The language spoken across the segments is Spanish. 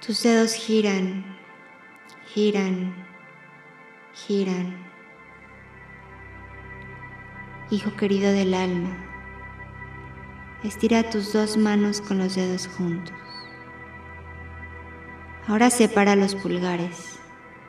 Tus dedos giran, giran, giran. Hijo querido del alma, estira tus dos manos con los dedos juntos. Ahora separa los pulgares.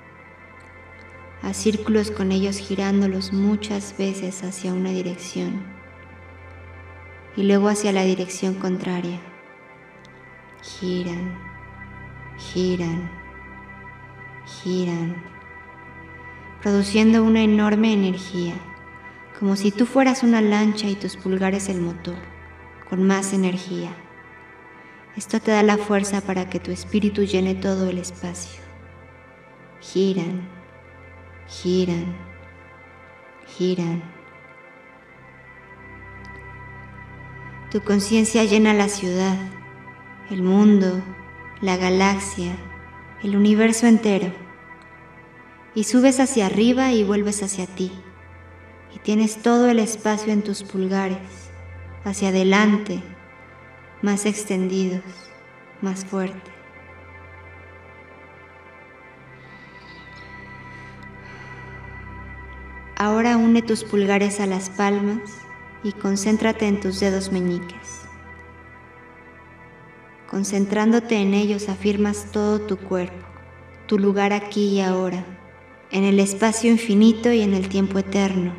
Haz círculos con ellos girándolos muchas veces hacia una dirección y luego hacia la dirección contraria. Giran, giran, giran, produciendo una enorme energía, como si tú fueras una lancha y tus pulgares el motor, con más energía. Esto te da la fuerza para que tu espíritu llene todo el espacio. Giran, giran, giran. Tu conciencia llena la ciudad, el mundo, la galaxia, el universo entero. Y subes hacia arriba y vuelves hacia ti. Y tienes todo el espacio en tus pulgares, hacia adelante, más extendidos, más fuerte. Ahora une tus pulgares a las palmas y concéntrate en tus dedos meñiques. Concentrándote en ellos afirmas todo tu cuerpo, tu lugar aquí y ahora, en el espacio infinito y en el tiempo eterno.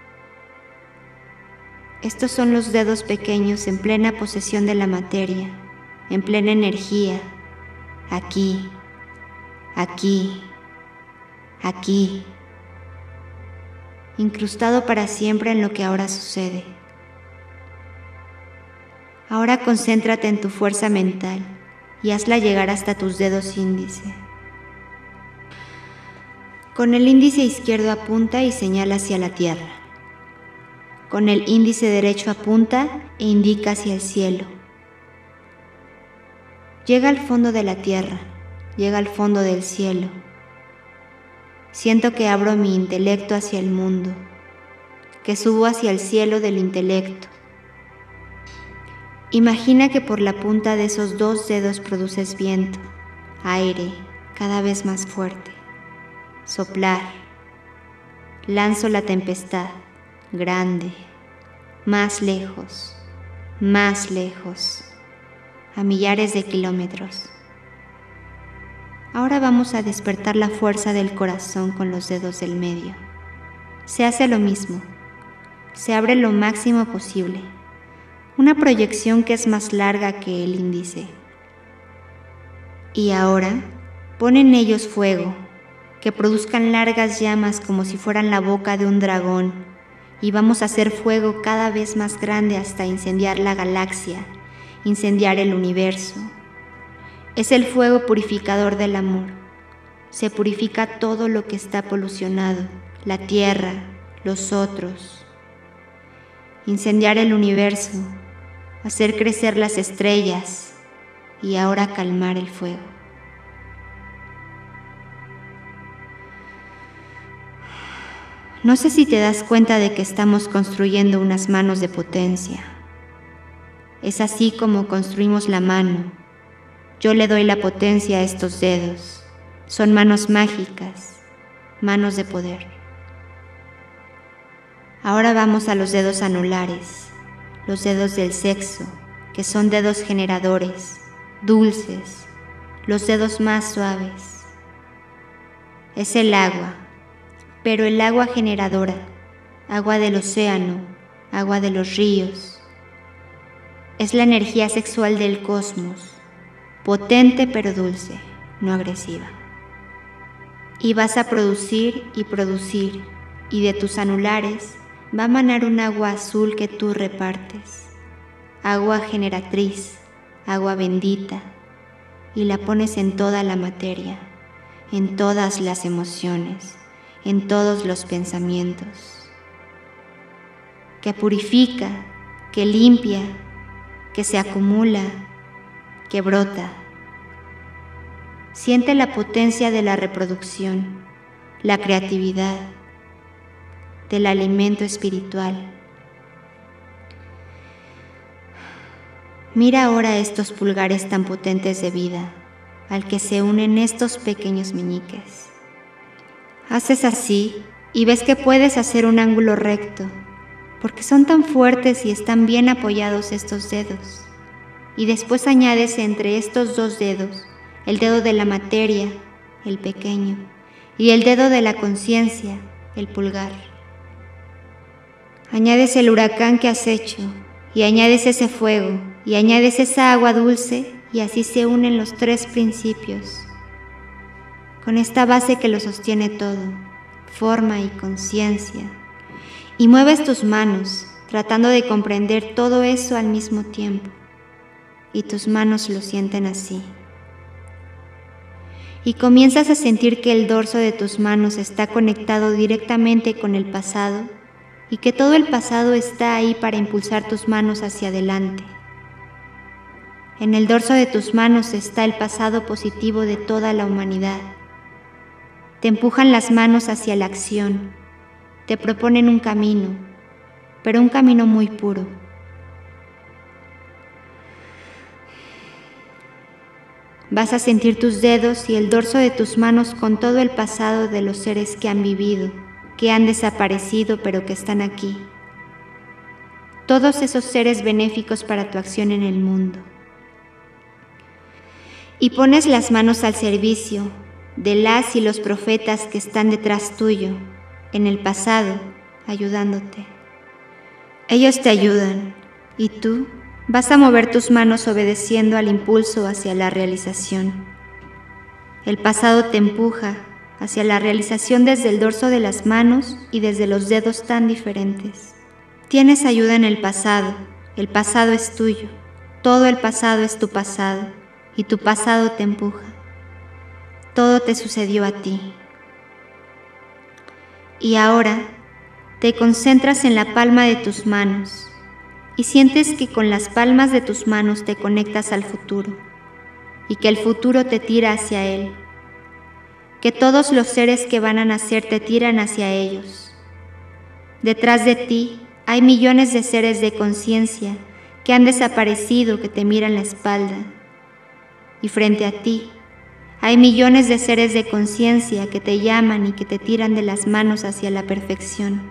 Estos son los dedos pequeños en plena posesión de la materia, en plena energía, aquí, aquí, aquí, incrustado para siempre en lo que ahora sucede. Ahora concéntrate en tu fuerza mental y hazla llegar hasta tus dedos índice. Con el índice izquierdo apunta y señala hacia la tierra. Con el índice derecho apunta e indica hacia el cielo. Llega al fondo de la tierra, llega al fondo del cielo. Siento que abro mi intelecto hacia el mundo, que subo hacia el cielo del intelecto. Imagina que por la punta de esos dos dedos produces viento, aire, cada vez más fuerte. Soplar. Lanzo la tempestad. Grande, más lejos, a millares de kilómetros. Ahora vamos a despertar la fuerza del corazón con los dedos del medio. Se hace lo mismo, se abre lo máximo posible, una proyección que es más larga que el índice. Y ahora pon en ellos fuego, que produzcan largas llamas como si fueran la boca de un dragón. Y vamos a hacer fuego cada vez más grande hasta incendiar la galaxia, incendiar el universo. Es el fuego purificador del amor. Se purifica todo lo que está polucionado, la tierra, los otros. Incendiar el universo, hacer crecer las estrellas y ahora calmar el fuego. No sé si te das cuenta de que estamos construyendo unas manos de potencia. Es así como construimos la mano. Yo le doy la potencia a estos dedos. Son manos mágicas, manos de poder. Ahora vamos a los dedos anulares, los dedos del sexo, que son dedos generadores, dulces, los dedos más suaves. Es el agua. Pero el agua generadora, agua del océano, agua de los ríos, es la energía sexual del cosmos, potente pero dulce, no agresiva. Y vas a producir, y de tus anulares va a manar un agua azul que tú repartes, agua generatriz, agua bendita, y la pones en toda la materia, en todas las emociones, en todos los pensamientos, que purifica, que limpia, que se acumula, que brota. Siente la potencia de la reproducción, la creatividad, del alimento espiritual. Mira ahora estos pulgares tan potentes de vida, al que se unen estos pequeños meñiques. Haces así y ves que puedes hacer un ángulo recto, porque son tan fuertes y están bien apoyados estos dedos. Y después añades entre estos dos dedos el dedo de la materia, el pequeño, y el dedo de la conciencia, el pulgar. Añades el huracán que has hecho, y añades ese fuego, y añades esa agua dulce, y así se unen los tres principios, con esta base que lo sostiene todo, forma y conciencia. Y mueves tus manos, tratando de comprender todo eso al mismo tiempo, y tus manos lo sienten así. Y comienzas a sentir que el dorso de tus manos está conectado directamente con el pasado y que todo el pasado está ahí para impulsar tus manos hacia adelante. En el dorso de tus manos está el pasado positivo de toda la humanidad. Te empujan las manos hacia la acción, te proponen un camino, pero un camino muy puro. Vas a sentir tus dedos y el dorso de tus manos con todo el pasado de los seres que han vivido, que han desaparecido pero que están aquí. Todos esos seres benéficos para tu acción en el mundo. Y pones las manos al servicio de las y los profetas que están detrás tuyo, en el pasado, ayudándote. Ellos te ayudan y tú vas a mover tus manos obedeciendo al impulso hacia la realización. El pasado te empuja hacia la realización desde el dorso de las manos y desde los dedos tan diferentes. Tienes ayuda en el pasado es tuyo, todo el pasado es tu pasado y tu pasado te empuja. Todo te sucedió a ti. Y ahora te concentras en la palma de tus manos y sientes que con las palmas de tus manos te conectas al futuro y que el futuro te tira hacia él, que todos los seres que van a nacer te tiran hacia ellos. Detrás de ti hay millones de seres de conciencia que han desaparecido, que te miran la espalda, y frente a ti hay millones de seres de conciencia que te llaman y que te tiran de las manos hacia la perfección.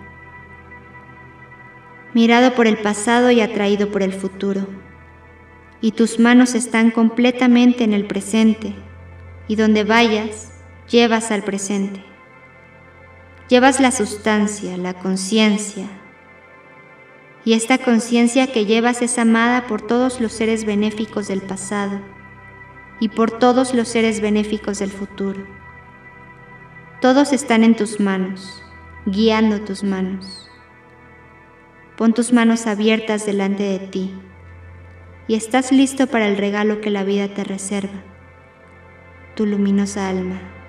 Mirado por el pasado y atraído por el futuro, y tus manos están completamente en el presente, y donde vayas, llevas al presente. Llevas la sustancia, la conciencia, y esta conciencia que llevas es amada por todos los seres benéficos del pasado y por todos los seres benéficos del futuro. Todos están en tus manos, guiando tus manos. Pon tus manos abiertas delante de ti y estás listo para el regalo que la vida te reserva, tu luminosa alma.